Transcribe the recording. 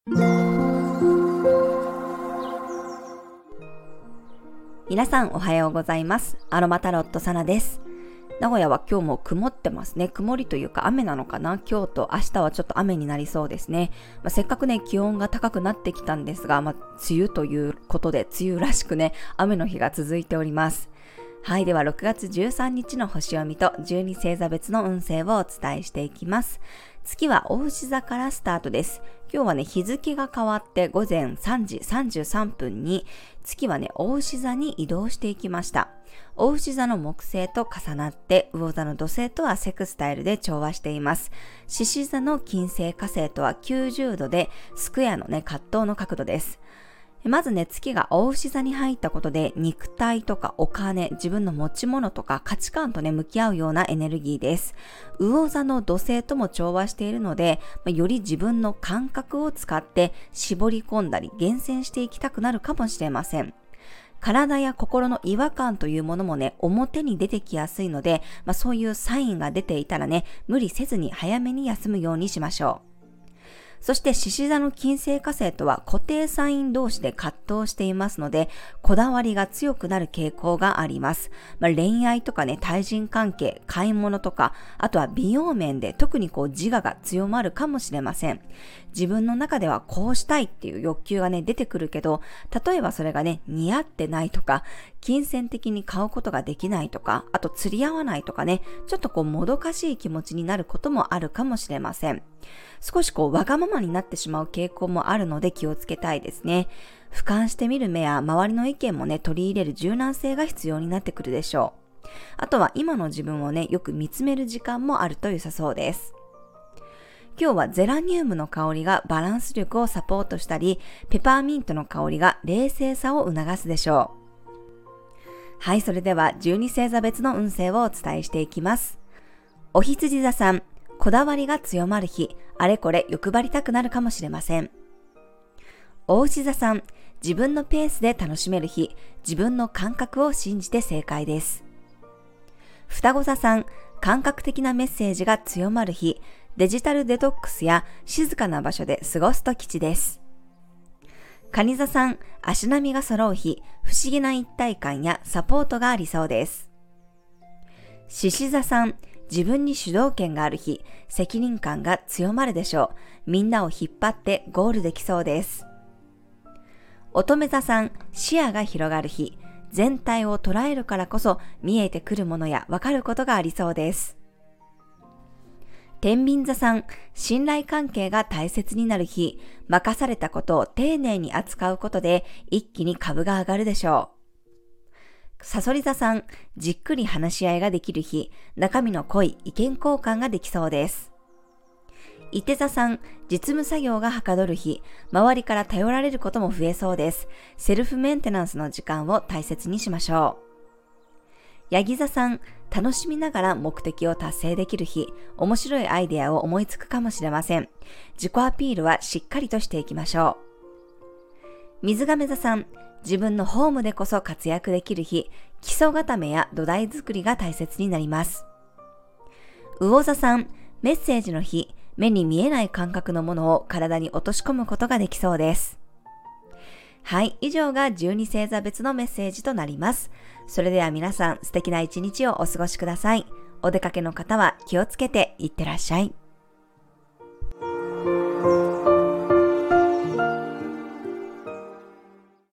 皆さんおはようございます。アロマタロットサナです。名古屋は今日も曇ってますね。曇りというか雨なのかな。今日と明日はちょっと雨になりそうですね。せっかくね気温が高くなってきたんですが、梅雨ということで梅雨らしくね雨の日が続いております。はい、では6月13日の星読みと12星座別の運勢をお伝えしていきます。月は牡牛座からスタートです。今日はね日付が変わって午前3時33分に月はね牡牛座に移動していきました。牡牛座の木星と重なって魚座の土星とはセクスタイルで調和しています。獅子座の金星火星とは90度でスクエアのね葛藤の角度です。まずね、月が牡牛座に入ったことで、肉体とかお金、自分の持ち物とか価値観とね、向き合うようなエネルギーです。魚座の土星とも調和しているので、より自分の感覚を使って絞り込んだり、厳選していきたくなるかもしれません。体や心の違和感というものもね、表に出てきやすいので、そういうサインが出ていたらね、無理せずに早めに休むようにしましょう。そして獅子座の金星火星とは固定サイン同士で葛藤していますので、こだわりが強くなる傾向があります。恋愛とかね、対人関係、買い物とか、あとは美容面で特に自我が強まるかもしれません。自分の中ではこうしたいっていう欲求がね、出てくるけど、例えばそれがね、似合ってないとか、金銭的に買うことができないとか、あと釣り合わないとかね、ちょっともどかしい気持ちになることもあるかもしれません。少しわがままになってしまう傾向もあるので気をつけたいですね。俯瞰してみる目や周りの意見もね、取り入れる柔軟性が必要になってくるでしょう。あとは今の自分をね、よく見つめる時間もあると良さそうです。今日はゼラニウムの香りがバランス力をサポートしたり、ペパーミントの香りが冷静さを促すでしょう。はい、それでは12星座別の運勢をお伝えしていきます。お羊座さん、こだわりが強まる日、あれこれ欲張りたくなるかもしれません。牡牛座さん、自分のペースで楽しめる日、自分の感覚を信じて正解です。双子座さん、感覚的なメッセージが強まる日、デジタルデトックスや静かな場所で過ごすと吉です。蟹座さん、足並みが揃う日、不思議な一体感やサポートがありそうです。獅子座さん、自分に主導権がある日、責任感が強まるでしょう。みんなを引っ張ってゴールできそうです。乙女座さん、視野が広がる日、全体を捉えるからこそ見えてくるものや分かることがありそうです。天秤座さん、信頼関係が大切になる日、任されたことを丁寧に扱うことで一気に株が上がるでしょう。蠍座さん、じっくり話し合いができる日、中身の濃い意見交換ができそうです。射手座さん、実務作業がはかどる日、周りから頼られることも増えそうです。セルフメンテナンスの時間を大切にしましょう。ヤギ座さん、楽しみながら目的を達成できる日、面白いアイデアを思いつくかもしれません。自己アピールはしっかりとしていきましょう。水亀座さん、自分のホームでこそ活躍できる日、基礎固めや土台作りが大切になります。魚座さん、メッセージの日、目に見えない感覚のものを体に落とし込むことができそうです。はい、以上が12星座別のメッセージとなります。それでは皆さん、素敵な一日をお過ごしください。お出かけの方は気をつけていってらっしゃい。